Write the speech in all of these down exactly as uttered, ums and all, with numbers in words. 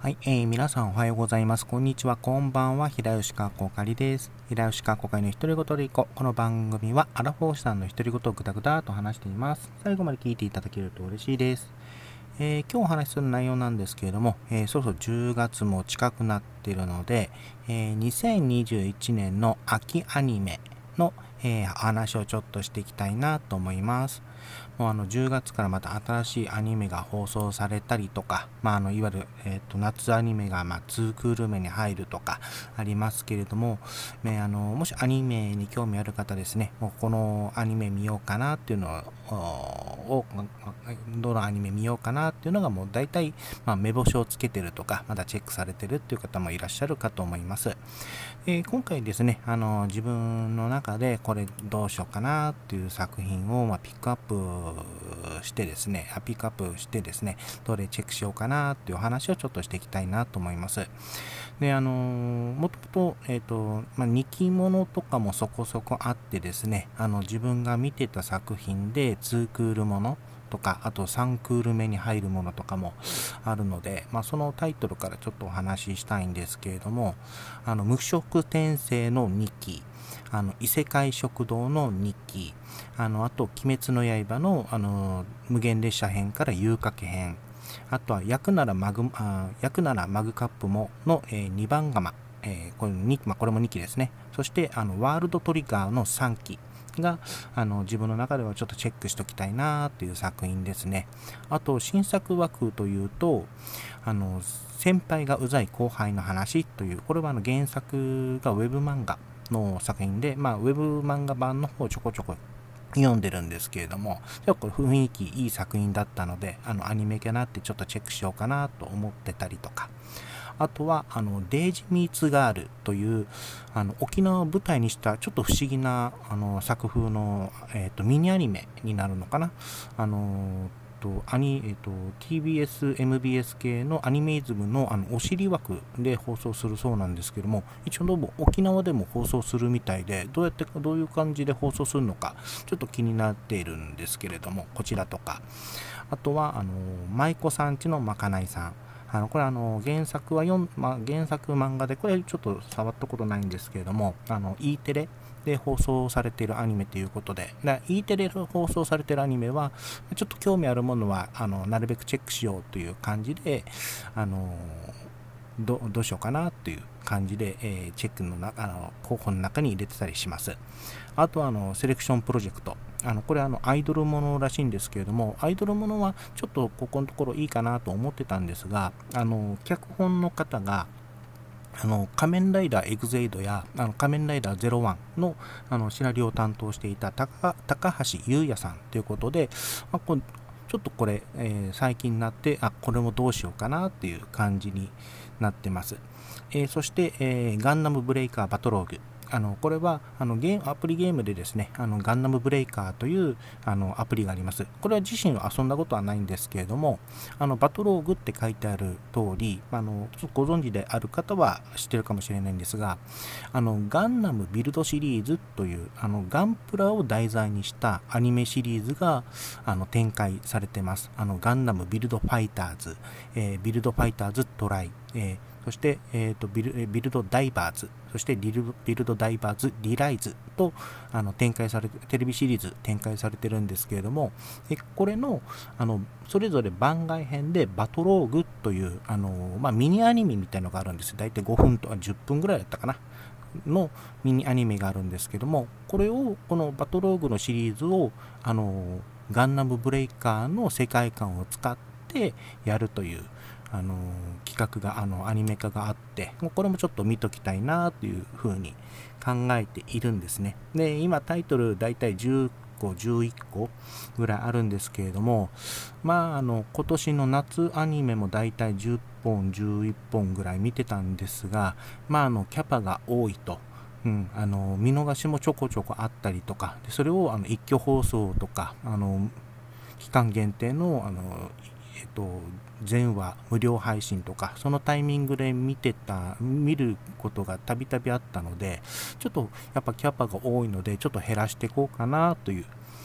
はい、えー、皆さんおはようございます。こんにちは、こんばんは。平吉川こかりです。平吉川こかりの独り言でいこう。この番組はアラフォーさんの独り言をぐだぐだと話しています。最後まで聞いていただけると嬉しいです。えー、今日お話しする内容なんですけれども、えー、そろそろじゅうがつも近くなっているので、えー、にせんにじゅういちねんの秋アニメの、えー、話をちょっとしていきたいなと思います。もうあのじゅうがつからまた新しいアニメが放送されたりとか、まあ、あのいわゆる、えー、と夏アニメがまあツークール目に入るとかありますけれども、ね、あのもしアニメに興味ある方ですね、もうこのアニメ見ようかなっていうのを、どのアニメ見ようかなっていうのがもう大体、まあ、目星をつけてるとか、まだチェックされてるっていう方もいらっしゃるかと思います。えー、今回ですね、あの自分の中でこれどうしようかなっていう作品を、まあ、ピックアップしてですね、ピックアップしてですね、どれチェックしようかなっていう話をちょっとしていきたいなと思います。で、あのー、もともと、えっと、まあ、にきものとかもそこそこあってですね、あの自分が見てた作品でツークールものとか、あとさんクール目に入るものとかもあるので、まあ、そのタイトルからちょっとお話ししたいんですけれども、あの無色転生のにき、あの異世界食堂のにき、あのあと鬼滅の刃の、あの無限列車編から遊郭編、あとは焼くならマグあ焼くならマグカップもの、えー、にばん釜、えー、これに、まあ、これもにきですね。そしてあのワールドトリガーのさんきがあの自分の中ではちょっとチェックしておきたいなという作品ですね。あと新作枠というと、あの先輩がうざい後輩の話という、これはあの原作がウェブ漫画の作品で、まあ、ウェブ漫画版の方をちょこちょこ読んでるんですけれども、ちょっと雰囲気いい作品だったので、あのアニメかなってちょっとチェックしようかなと思ってたりとか、あとはあのデイジミーツガールというあの沖縄を舞台にしたちょっと不思議なあの作風の、えー、とミニアニメになるのかな。あのとアニえー、と ティービーエス、エムビーエス 系のアニメイズムのあのお尻枠で放送するそうなんですけども、一応どうも沖縄でも放送するみたいで、どうやってどういう感じで放送するのかちょっと気になっているんですけれども、こちらとか、あとはあの舞妓さんちのまかないさん、あのこれあの原作は読ん、まあ、原作漫画で、これちょっと触ったことないんですけれども、あの E テレで放送されているアニメということで、E テレで放送されているアニメはちょっと興味あるものはあのなるべくチェックしようという感じで、あのどどうしようかなという感じで、えー、チェックのなあの候補の中に入れてたりします。あとはあのセレクションプロジェクト、あのこれはあのアイドルものらしいんですけれども、アイドルものはちょっとここのところいいかなと思ってたんですが、あの脚本の方があの仮面ライダーエグゼイドやあの仮面ライダーゼロワンのあのシナリオを担当していた高高橋優也さんということで、まあ、こちょっとこれ、えー、最近になってあこれもどうしようかなっていう感じになってます。えー、そして、えー、ガンダムブレイカーバトローグ、あのこれはあのゲームアプリゲームでですね、あのガンダムブレイカーというあのアプリがあります。これは自身は遊んだことはないんですけれども、あのバトローグって書いてある通り、あのご存知である方は知ってるかもしれないんですが、あのガンダムビルドシリーズというあのガンプラを題材にしたアニメシリーズがあの展開されてます。あのガンダムビルドファイターズ、えー、ビルドファイターズトライ、えーそして、えーと、ビル、ビルドダイバーズ、そしてビルビルドダイバーズリライズとあの展開されて、テレビシリーズ展開されてるんですけれども、これの、あのそれぞれ番外編でバトローグというあの、まあ、ミニアニメみたいなのがあるんです。大体ごふんとかじゅっぷんぐらいだったかなのミニアニメがあるんですけども、これをこのバトローグのシリーズをあのガンダムブレイカーの世界観を使ってやるというあの企画があのアニメ化があって、これもちょっと見ときたいなというふうに考えているんですね。で今タイトルだいたいじゅっこじゅういっこぐらいあるんですけれども、まああの今年の夏アニメもだいたいじゅっぽんじゅういっぽんぐらい見てたんですが、まああのキャパが多いと、うん、あの見逃しもちょこちょこあったりとかで、それをあの一挙放送とかあの期間限定のあのえっと全話無料配信とか、そのタイミングで見てた見ることがたびたびあったので、ちょっとやっぱキャパが多いのでちょっと減らしていこうかなという、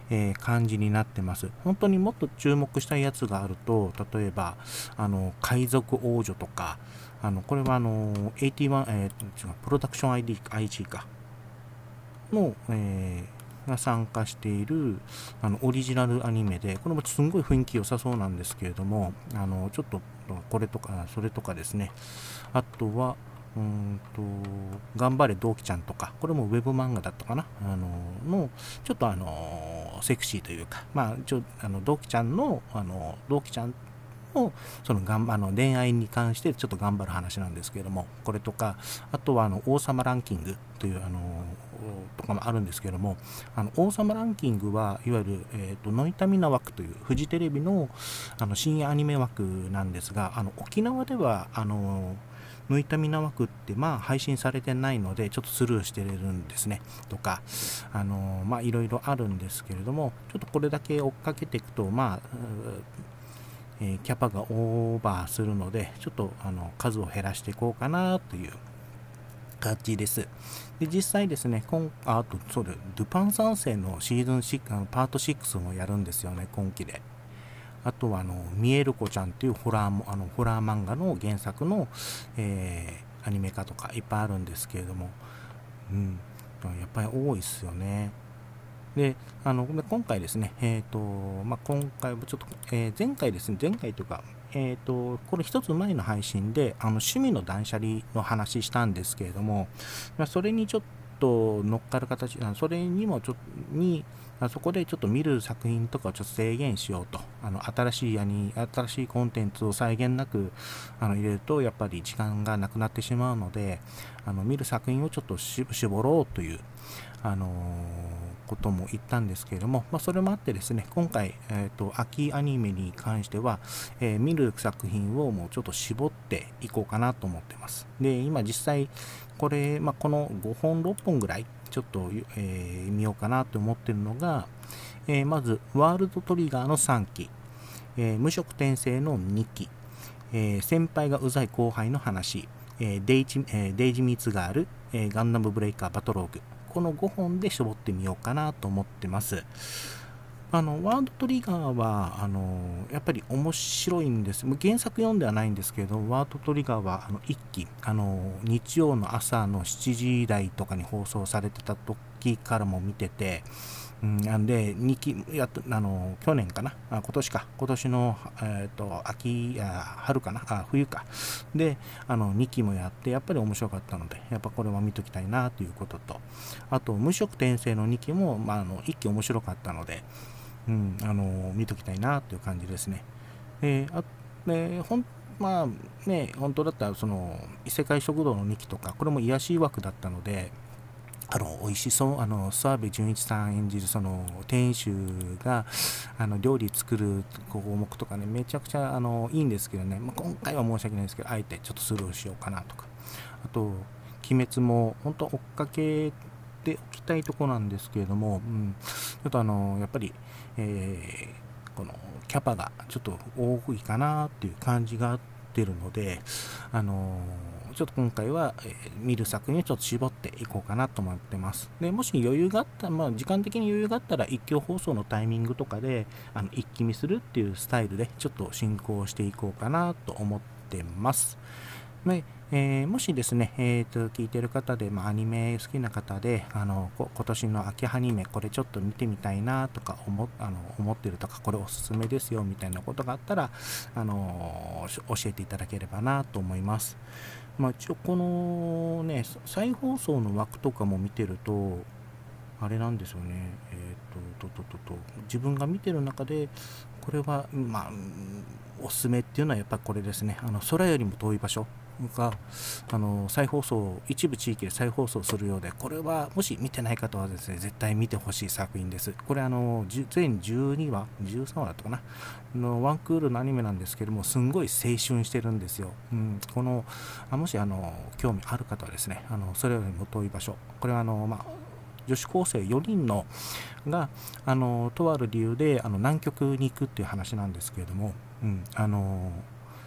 えー感じになってます。本当にもっと注目したいやつがあると、例えば、あの、海賊王女とか、あの、これはあの、はちじゅういち、えー、違う、プロダクション アイディー、アイジー か、の、えーが参加しているあのオリジナルアニメで、これもすんごい雰囲気良さそうなんですけれども、あのちょっとこれとかそれとかですね、あとはうーんと頑張れ同期ちゃんとか、これもウェブ漫画だったかな、あののちょっとあのセクシーというか、まあちょあの同期ちゃんのあの同期ちゃんのそのがんあの恋愛に関してちょっと頑張る話なんですけれども、これとか、あとはあの王様ランキングというあのとかもあるんですけれども、あの王様ランキングはいわゆる、えー、とノイタミナ枠というフジテレビのあの深夜アニメ枠なんですが、あの沖縄ではあのノイタミナ枠ってまあ配信されてないのでちょっとスルーしてるんですねとか、あのまあいろいろあるんですけれども、ちょっとこれだけ追っかけていくとまあえーキャパがオーバーするので、ちょっとあの数を減らしていこうかなという感じです。で、実際ですね、今ああと、そうだ、ルパン三世のシーズンシックス、あのパートシックスもやるんですよね、今期で。あとは、あの、ミエルコちゃんっていうホラーも、あの、ホラー漫画の原作の、えーアニメ化とかいっぱいあるんですけれども、うん、やっぱり多いですよね。で、あの、今回ですね、えっ、と、まあ、今回もちょっと、えー前回ですね、前回というか、えっ、と、これ一つ前の配信で、あの、趣味の断捨離の話したんですけれども、まあ、それにちょっと乗っかる形、あのそれにもちょっと、に、あそこでちょっと見る作品とかをちょっと制限しようと、あの、新しいアニ、新しいコンテンツを際限なく、あの、入れると、やっぱり時間がなくなってしまうので、あの、見る作品をちょっとし絞ろうという、あのーことも言ったんですけれども、まあ、それもあってですね、今回、えーと、秋アニメに関しては、えー見る作品をもうちょっと絞っていこうかなと思ってます。で、今実際、これ、まあ、このごほん、ろっぽんぐらい、ちょっと、えー見ようかなと思ってるのが、えーまず、ワールドトリガーのさんき、えー無色転生のにき、えー先輩がうざい後輩の話、えーデイジ、えーデイジミーツガール、えーガンダムブレイカーバトローグ、このごほんで絞ってみようかなと思ってます。あのワールドトリガーはあのやっぱり面白いんです。原作読んではないんですけど、ワールドトリガーはあの一期あの日曜の朝のしちじ台とかに放送されてた時からも見てて、うん、なんでにきやっあの去年かな、あ今年か今年の、えー、と秋あ春かなあ冬かであのにきもやって、やっぱり面白かったので、やっぱこれは見ときたいなということと、あと無色転生のにきも、まあ、あのいっき面白かったので、うん、あの見ときたいなという感じですね。で、あでほんまあね、本当だったらその異世界食堂のにきとか、これも癒しい枠だったので、あの美味しそう、あの諏訪部純一さん演じるその店主があの料理作る項目とかね、めちゃくちゃあのいいんですけどね、まあ、今回は申し訳ないですけど、あえてちょっとスルーしようかなとか、あと鬼滅も本当追っかけておきたいとこなんですけれども、うん、ちょっとあのやっぱり、えーこのキャパがちょっと多いかなっていう感じが出るので、あのちょっと今回は、えー見る作品をちょっと絞っていこうかなと思ってます。で、もし余裕があったら、まあ、時間的に余裕があったら、一挙放送のタイミングとかで、あの一気見するっていうスタイルで、ちょっと進行していこうかなと思ってます。で、えーもしですね、えーと、聞いてる方で、まあ、アニメ好きな方で、あの、こ今年の秋アニメ、これちょっと見てみたいなとか思あの思ってるとか、これおすすめですよみたいなことがあったら、あのし教えていただければなと思います。まあ、一応このね、再放送の枠とかも見てると、あれなんですよね、えっ、と、と、と、と、と、自分が見てる中で、これは、まあ、うんおすすめっていうのはやっぱこれですね、あの空よりも遠い場所があの再放送、一部地域で再放送するようで、これはもし見てない方はですね、絶対見てほしい作品です。これあのじゅ全じゅうにわ、じゅうさんわだったかなのワンクールのアニメなんですけども、すんごい青春してるんですよ。うん、このあもしあの興味ある方はですね、あのそれよりも遠い場所、これはあのまあ女子高生よにんのがあのとある理由であの南極に行くっていう話なんですけれども、うん、あの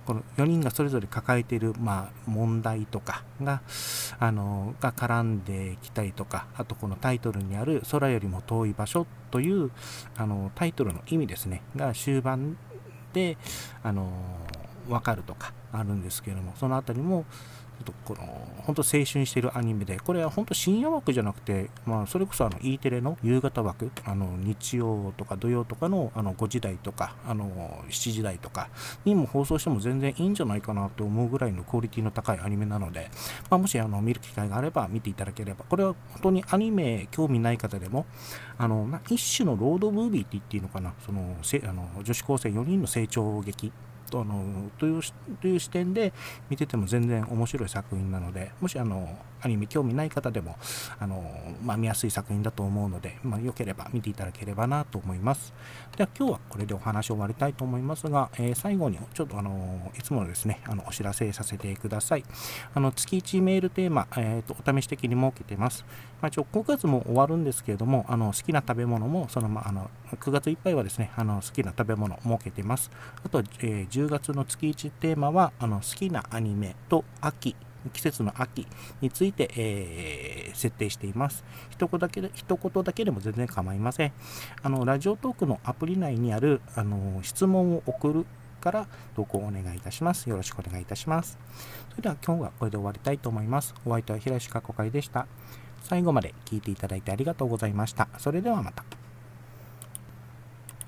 このよにんがそれぞれ抱えている、まあ、問題とかが、あの、が絡んできたりとか、あとこのタイトルにある空よりも遠い場所という、あの、タイトルの意味ですね、が終盤で、あの、わかるとかあるんですけれども、そのあたりも、この本当青春しているアニメで、これは本当深夜枠じゃなくて、まあ、それこそあの E テレの夕方枠、あの日曜とか土曜とかのあのごじ台とかあのしちじ台とかにも放送しても全然いいんじゃないかなと思うぐらいのクオリティの高いアニメなので、まあ、もしあの見る機会があれば見ていただければ、これは本当にアニメ興味ない方でもあの一種のロードムービーって言っていいのかな、そのせあの女子高生よにんの成長劇あのというという視点で見てても全然面白い作品なので、もしあのアニメ興味ない方でもあの、まあ、見やすい作品だと思うので、まあ、よければ見ていただければなと思います。では今日はこれでお話を終わりたいと思いますが、えー、最後にちょっとあのいつものですねあのお知らせさせてください。あの月いちメールテーマ、えー、とお試し的に設けています。まあ、一応ごがつも終わるんですけれども、あの好きな食べ物もその、まあ、あのくがついっぱいはですねあの好きな食べ物を設けています。あと、えー、じゅうがつの月いちテーマはあの好きなアニメと秋、季節の秋について、えー、設定しています。一言だけで、一言だけでも全然構いません。あのラジオトークのアプリ内にあるあの質問を送るから投稿をお願いいたします。よろしくお願いいたします。それでは今日はこれで終わりたいと思います。お相手は平石かこかいでした。最後まで聞いていただいてありがとうございました。それではまた。